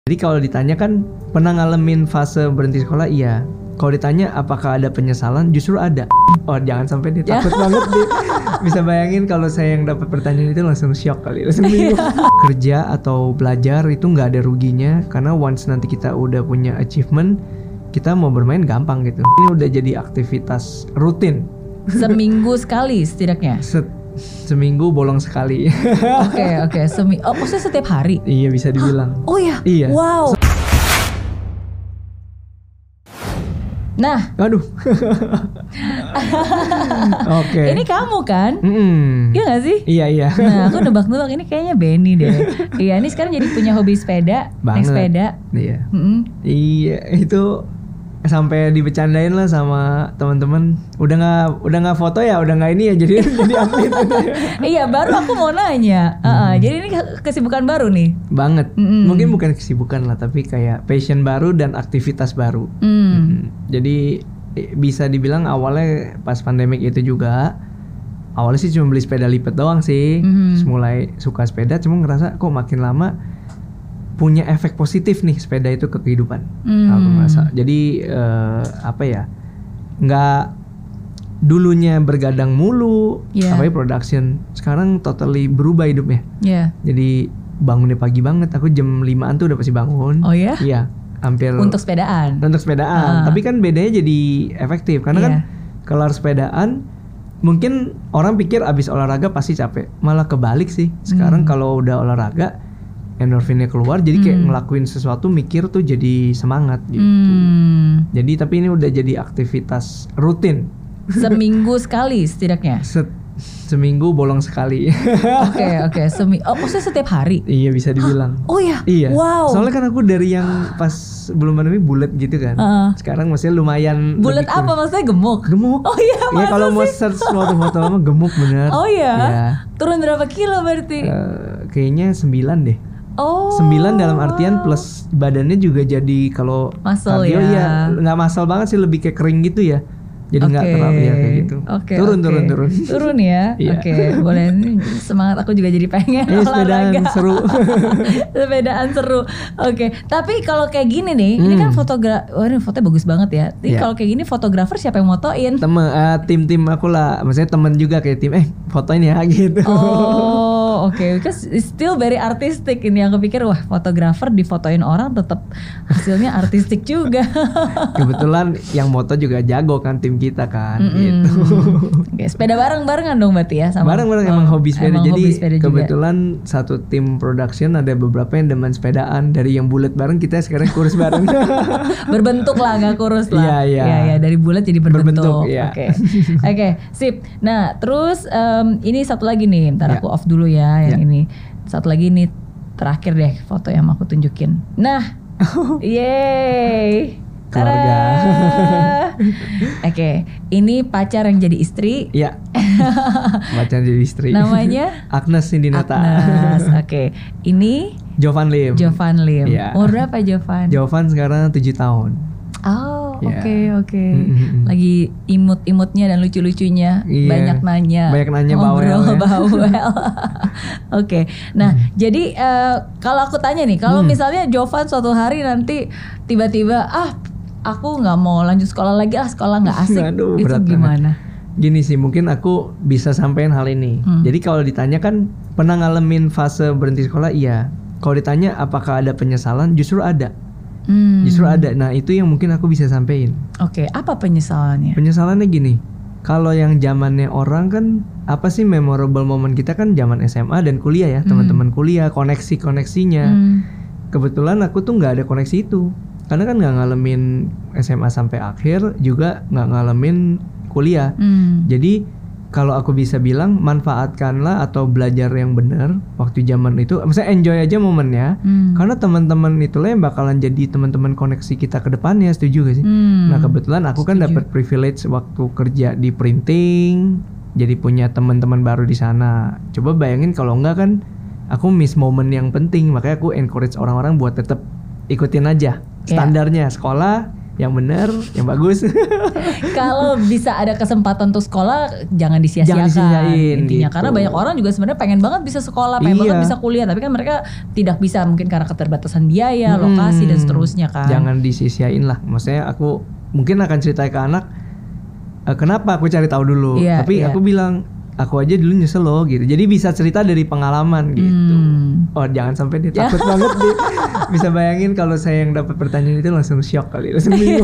Jadi kalau ditanya kan pernah ngalamin fase berhenti sekolah, iya. Kalau ditanya apakah ada penyesalan, justru ada. Oh jangan sampai nih, takut banget nih. Bisa bayangin kalau saya yang dapat pertanyaan itu langsung shock kali, langsung bingung. Kerja atau belajar itu nggak ada ruginya, karena once nanti kita udah punya achievement, kita mau bermain gampang gitu. Ini udah jadi aktivitas rutin. Seminggu sekali setidaknya. Seminggu bolong sekali. Oke. Oh, maksudnya setiap hari? Iya bisa dibilang. Oh ya? Iya. Wow. Nah, aduh. Oke. Ini kamu kan? Iya gak sih? Iya. Nah, aku nebak-nebak ini kayaknya Benny deh. Iya, ini sekarang jadi punya hobi sepeda, naik sepeda. Iya. Iya, itu sampai dibecandain lah sama teman-teman. Udah nggak foto ya, udah nggak ini ya, jadi update. Iya, baru aku mau nanya. Jadi ini kesibukan baru nih. Banget. Mungkin bukan kesibukan lah, tapi kayak passion baru dan aktivitas baru. Jadi bisa dibilang awalnya pas pandemik itu juga. Awalnya sih cuma beli sepeda lipat doang sih. Terus mulai suka sepeda, cuma ngerasa kok makin lama punya efek positif nih sepeda itu ke kehidupan. Aku merasa. Jadi nggak dulunya bergadang mulu, apalagi production. Sekarang totally berubah hidupnya. Jadi bangunnya pagi banget. Aku jam 5-an tuh udah pasti bangun. Oh ya? Iya, hampir. Untuk sepedaan. Tapi kan bedanya jadi efektif karena kan kelar sepedaan. Mungkin orang pikir abis olahraga pasti capek. Malah kebalik sih. Sekarang kalau udah olahraga, endorfinnya keluar, jadi kayak ngelakuin sesuatu mikir tuh jadi semangat gitu. Jadi tapi ini udah jadi aktivitas rutin. Seminggu sekali setidaknya. Seminggu bolong sekali. Oke. Oh, maksudnya setiap hari? Iya bisa dibilang. Oh ya? Iya. Wow. Soalnya kan aku dari yang pas belum pandemi bulat gitu kan. Sekarang maksudnya lumayan. Bulat apa maksudnya, gemuk? Gemuk. Oh iya. Iya, kalau mau search foto-foto lama gemuk bener. Oh iya. Ya. Turun berapa kilo berarti? Kayaknya 9 deh. Oh. 9 dalam artian plus badannya juga jadi kalau cardio ya nggak muscle banget sih, lebih kayak kering gitu ya. Jadi nggak terlalu ya kayak gitu. Turun ya. Oke. Boleh, semangat, aku juga jadi pengen olahraga. Sepedaan seru. Oke. Tapi kalau kayak gini nih, ini kan ini fotonya bagus banget ya. Tapi kalau kayak gini fotografer siapa yang motoin? Tim aku lah. Maksudnya temen juga kayak tim. Fotoin ya gitu. Oh, oke. Because it's still very artistic ini. Aku pikir wah, fotografer difotoin orang tetap hasilnya artistik juga. Kebetulan yang moto juga jago kan, tim kita kan gitu. Oke, sepeda bareng-barengan dong berarti ya sama. Bareng-bareng emang hobi sepeda. Jadi hobi sepeda kebetulan juga. Satu tim production ada beberapa yang demen sepedaan. Dari yang bulat bareng, kita sekarang kurus bareng. Berbentuk lah, nggak kurus lah. Iya, dari bulat jadi berbentuk. Oke, sip. Nah, terus ini satu lagi nih, ntar aku off dulu ya yang ini. Satu lagi nih terakhir deh foto yang aku tunjukin. Nah, yeay. Keluarga. Oke, ini pacar yang jadi istri. Iya. Pacar jadi istri. Namanya Agnes Indinata. Oke. Ini Jovan Lim. Ya. Umur berapa Jovan? Jovan sekarang 7 tahun. Oh, oke. Lagi imut-imutnya dan lucu-lucunya. Banyak nanya bawel. Oke. Nah, jadi kalau aku tanya nih, kalau misalnya Jovan suatu hari nanti tiba-tiba aku nggak mau lanjut sekolah lagi, sekolah nggak asik. Aduh, itu gimana? Gini sih, mungkin aku bisa sampein hal ini. Jadi kalau ditanya kan pernah ngalamin fase berhenti sekolah, iya. Kalau ditanya apakah ada penyesalan, justru ada. Justru ada. Nah, itu yang mungkin aku bisa sampein. Oke, apa penyesalannya? Penyesalannya gini. Kalau yang zamannya orang kan apa sih memorable moment kita kan zaman SMA dan kuliah ya, teman-teman kuliah, koneksinya. Kebetulan aku tuh nggak ada koneksi itu. Karena kan nggak ngalamin SMA sampai akhir, juga nggak ngalamin kuliah. Jadi kalau aku bisa bilang, manfaatkanlah atau belajar yang benar waktu zaman itu. Maksudnya enjoy aja momennya. Karena teman-teman itulah yang bakalan jadi teman-teman koneksi kita ke depannya. Setuju gak sih? Nah kebetulan aku kan dapat privilege waktu kerja di printing, jadi punya teman-teman baru di sana. Coba bayangin kalau enggak kan, aku miss momen yang penting. Makanya aku encourage orang-orang buat tetap ikutin aja standarnya sekolah, yang benar, yang bagus. Kalau bisa ada kesempatan untuk sekolah, jangan disia-siakan intinya. Gitu. Karena banyak orang juga sebenarnya pengen banget bisa sekolah, pengen banget bisa kuliah, tapi kan mereka tidak bisa mungkin karena keterbatasan biaya, lokasi dan seterusnya kan. Jangan disia-siain lah. Maksudnya aku mungkin akan cerita ke anak, kenapa aku cari tahu dulu. Tapi aku bilang, aku aja dulu nyesel loh gitu. Jadi bisa cerita dari pengalaman gitu. Oh jangan sampai dia takut banget dia. Bisa bayangin kalau saya yang dapat pertanyaan itu langsung shock kali, langsung bingung.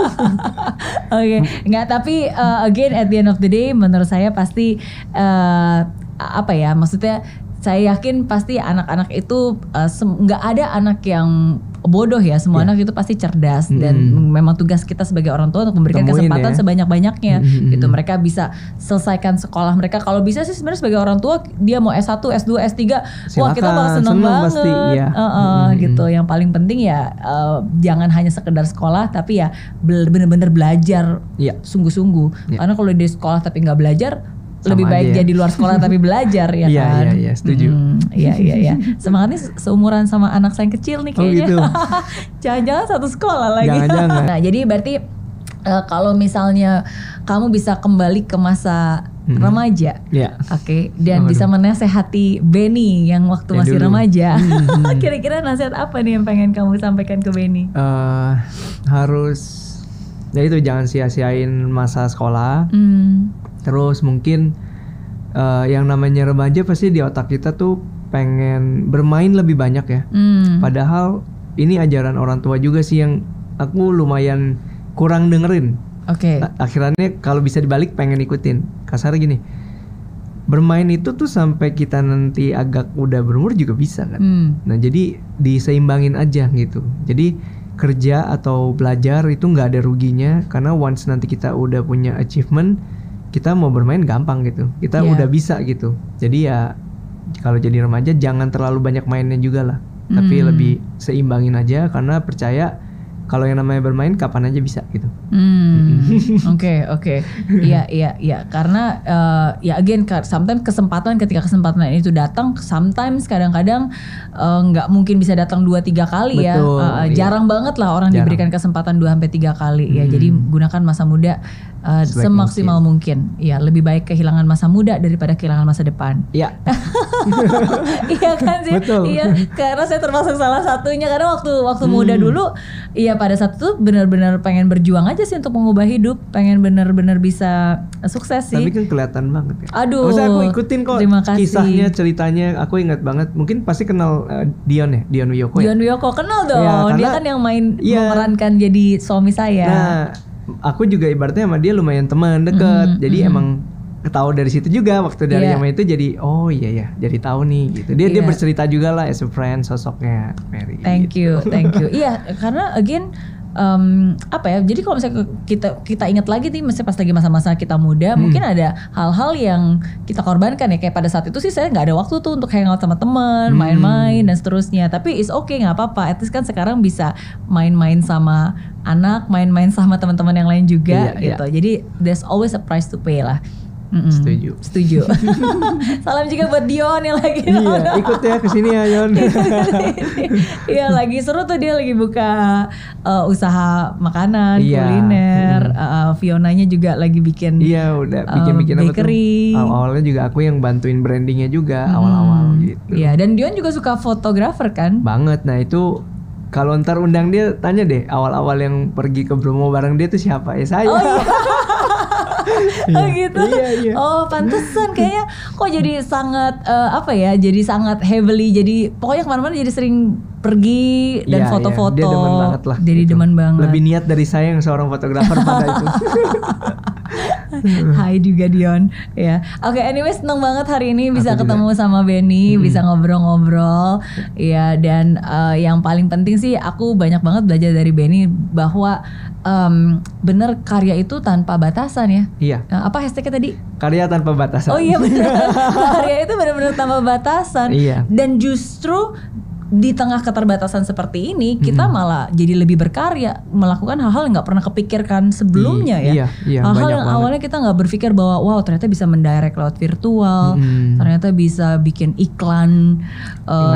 Oke, nggak, tapi again at the end of the day menurut saya pasti apa ya, maksudnya saya yakin pasti anak-anak itu nggak ada anak yang bodoh ya, semua anak itu pasti cerdas dan memang tugas kita sebagai orang tua untuk memberikan kesempatan sebanyak-banyaknya gitu. Mereka bisa selesaikan sekolah mereka, kalau bisa sih sebenarnya sebagai orang tua dia mau S1, S2, S3, wah kita bakal seneng banget pasti, gitu. Yang paling penting ya jangan hanya sekedar sekolah, tapi ya benar-benar belajar sungguh-sungguh. Karena kalau di sekolah tapi nggak belajar, lebih baik jadi luar sekolah tapi belajar ya kan. Iya, setuju. Iya. Semangatnya seumuran sama anak saya yang kecil nih kayaknya. Gitu. Jangan-jangan satu sekolah lagi. Jangan. Nah, jadi berarti kalau misalnya kamu bisa kembali ke masa remaja, oke, dan bisa menasehati Benny yang waktu masih dulu remaja, kira-kira nasihat apa nih yang pengen kamu sampaikan ke Benny? Harus, ya itu, jangan sia-siain masa sekolah. Terus mungkin yang namanya remaja pasti di otak kita tuh pengen bermain lebih banyak ya. Padahal ini ajaran orang tua juga sih yang aku lumayan kurang dengerin. Akhirnya kalau bisa dibalik pengen ikutin. Kasarnya gini, bermain itu tuh sampai kita nanti agak udah berumur juga bisa kan. Nah jadi diseimbangin aja gitu. Jadi kerja atau belajar itu nggak ada ruginya, karena once nanti kita udah punya achievement, kita mau bermain gampang gitu, kita udah bisa gitu. Jadi ya kalau jadi remaja jangan terlalu banyak mainnya juga lah, tapi lebih seimbangin aja, karena percaya kalau yang namanya bermain kapan aja bisa gitu. Oke. Iya. Karena ya again, sometimes ketika kesempatan itu datang, sometimes kadang-kadang nggak mungkin bisa datang 2-3 kali. Betul, ya. Jarang banget lah orang diberikan kesempatan 2-3 kali. Ya, jadi gunakan masa muda semaksimal mungkin. Ya, lebih baik kehilangan masa muda daripada kehilangan masa depan. Iya. Iya kan sih. Betul. Iya, karena saya termasuk salah satunya. Karena waktu muda dulu, iya pada saat itu benar-benar pengen berjuang aja sih untuk mengubah hidup, pengen benar-benar bisa sukses sih. Tapi kan kelihatan banget ya. Aduh. Maksudnya aku ikutin kok kisahnya, ceritanya. Aku ingat banget. Mungkin pasti kenal Dion Wiyoko ya. Dion Wiyoko kenal dong. Ya, dia kan yang memerankan jadi suami saya. Nah, aku juga ibaratnya sama dia lumayan teman dekat. Jadi emang ketahui dari situ juga waktu dari yang itu, jadi oh iya jadi tahu nih gitu. Dia bercerita juga lah as a friend sosoknya Mary. Thank you. Iya, karena again apa ya, jadi kalau misalnya kita ingat lagi nih, mesti pas lagi masa-masa kita muda, mungkin ada hal-hal yang kita korbankan ya, kayak pada saat itu sih saya nggak ada waktu tuh untuk hangout sama teman, main-main dan seterusnya. Tapi it's okay, nggak apa-apa. At least kan sekarang bisa main-main sama anak, main-main sama teman-teman yang lain juga gitu. Jadi there's always a price to pay lah. Setuju. Salam juga buat Dion yang lagi ikut ya kesini ya Yon. Iya, lagi seru tuh, dia lagi buka usaha makanan, kuliner. Fionanya juga lagi bikin udah bikin bakery. Awalnya juga aku yang bantuin brandingnya juga awal-awal gitu. Iya, dan Dion juga suka fotografer kan? Banget. Nah itu kalau ntar undang dia, tanya deh awal-awal yang pergi ke Bromo bareng dia tuh siapa? Ya saya. Oh gitu. Iya. Oh pantesan kayaknya kok jadi sangat jadi sangat heavily, jadi pokoknya kemana-mana jadi sering pergi dan foto-foto. Dia demen banget lah. Jadi gitu. Demen banget. Lebih niat dari saya yang seorang fotografer pada itu. Hai juga Dion. Ya. Oke, anyway seneng banget hari ini bisa ketemu sama Benny, bisa ngobrol-ngobrol. Ya, dan yang paling penting sih aku banyak banget belajar dari Benny bahwa bener karya itu tanpa batasan ya. Iya. Apa hashtagnya tadi? Karya tanpa batasan. Oh iya benar. Karya itu benar-benar tanpa batasan. Iya. Dan justru di tengah keterbatasan seperti ini kita malah jadi lebih berkarya, melakukan hal-hal yang nggak pernah kepikirkan sebelumnya ya. Hal-hal yang awalnya kita nggak berpikir bahwa wow ternyata bisa mendirect lewat virtual, ternyata bisa bikin iklan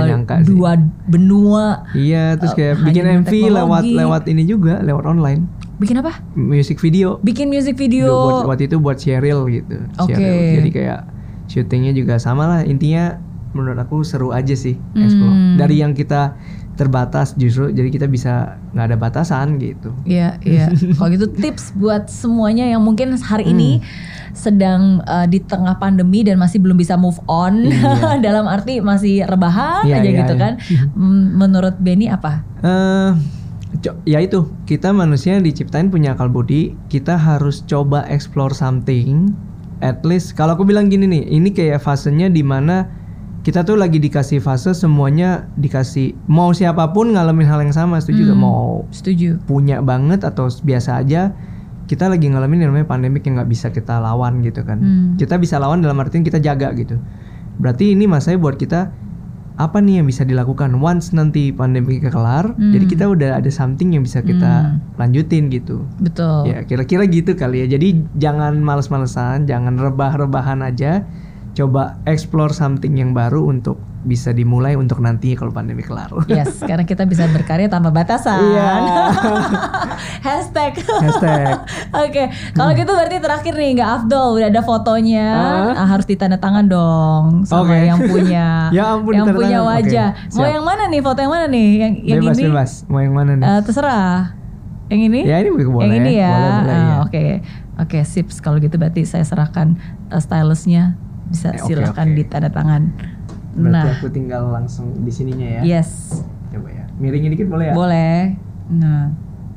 2 benua. Iya, terus kayak bikin MV lewat ini juga, lewat online. Bikin apa? Music video. Bikin music video. Waktu itu buat Cheryl gitu. Oke. Jadi kayak syutingnya juga sama lah. Intinya menurut aku seru aja sih explore. Dari yang kita terbatas justru jadi kita bisa nggak ada batasan gitu. Iya. Kalau gitu tips buat semuanya yang mungkin hari ini sedang di tengah pandemi dan masih belum bisa move on. Dalam arti masih rebahan aja gitu kan. Menurut Benny apa? Ya itu, kita manusia diciptain punya akal budi, kita harus coba explore something. At least kalau aku bilang gini nih, ini kayak fasenya di mana kita tuh lagi dikasih fase semuanya dikasih, mau siapapun ngalamin hal yang sama, setuju gak? Mau punya banget atau biasa aja, kita lagi ngalamin yang namanya pandemik yang nggak bisa kita lawan gitu kan. Kita bisa lawan dalam artian kita jaga gitu. Berarti ini masanya buat kita, apa nih yang bisa dilakukan once nanti pandemi kelar, jadi kita udah ada something yang bisa kita lanjutin gitu. Betul. Ya kira-kira gitu kali ya. Jadi jangan males-malesan, jangan rebah-rebahan aja. Coba explore something yang baru untuk bisa dimulai untuk nanti kalau pandemi kelar. Yes, karena kita bisa berkarya tanpa batasan. Hashtag. Oke, kalau gitu berarti terakhir nih nggak afdol, udah ada fotonya, harus ditanda tangan dong sama yang punya, ya ampun, yang punya wajah. Mau yang mana nih? Foto yang mana nih? Yang ini? Bebas. Mau yang mana nih? Terserah. Yang ini? Ya ini boleh. Yang ini ya. Boleh, Oke, sips. Kalau gitu berarti saya serahkan stylusnya. Bisa silakan ditanda tangan. Berarti aku tinggal langsung di sininya ya. Yes. Coba ya. Miringin dikit boleh ya? Boleh. Nah.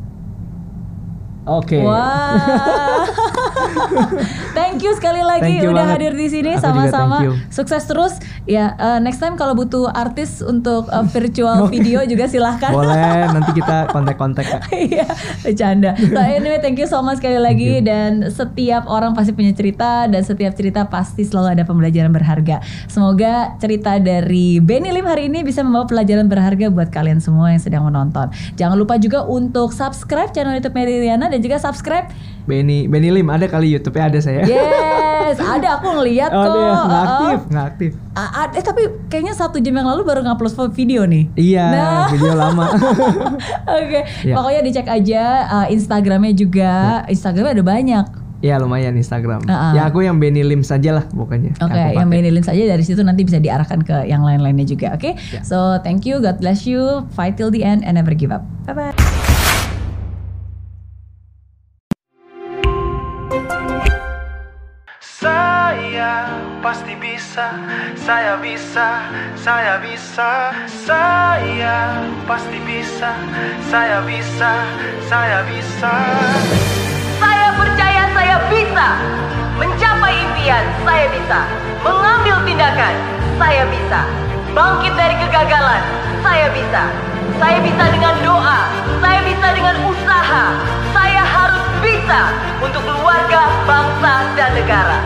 Oke. Wah. Thank you sekali lagi udah hadir di sini. Aku sama-sama. Sukses terus. Ya, next time kalau butuh artis untuk virtual video juga silahkan. Boleh, nanti kita kontak-kontak. Iya, bercanda. So anyway, thank you so much sekali lagi. Dan setiap orang pasti punya cerita, dan setiap cerita pasti selalu ada pembelajaran berharga. Semoga cerita dari Benny Lim hari ini bisa membawa pelajaran berharga buat kalian semua yang sedang menonton. Jangan lupa juga untuk subscribe channel YouTube Mary Riana dan juga subscribe Benny Lim. Ada kali YouTube-nya ada saya. Yes, ada, aku ngeliat kok. Nggak aktif. Tapi kayaknya 1 jam yang lalu baru ngupload video nih. Iya, video lama. Oke, pokoknya dicek aja Instagramnya juga. Instagramnya ada banyak. Ya lumayan Instagram. Ya aku yang Benny Lim saja lah pokoknya. Oke, yang Benny Lim saja, dari situ nanti bisa diarahkan ke yang lain-lainnya juga. Oke, so thank you, God bless you, fight till the end and never give up. Bye bye. Saya pasti bisa, saya bisa, saya bisa. Saya pasti bisa, saya bisa, saya bisa. Saya percaya saya bisa mencapai impian, saya bisa mengambil tindakan, saya bisa bangkit dari kegagalan, saya bisa. Saya bisa dengan doa, saya bisa dengan usaha. Saya harus bisa untuk keluarga, bangsa, dan negara.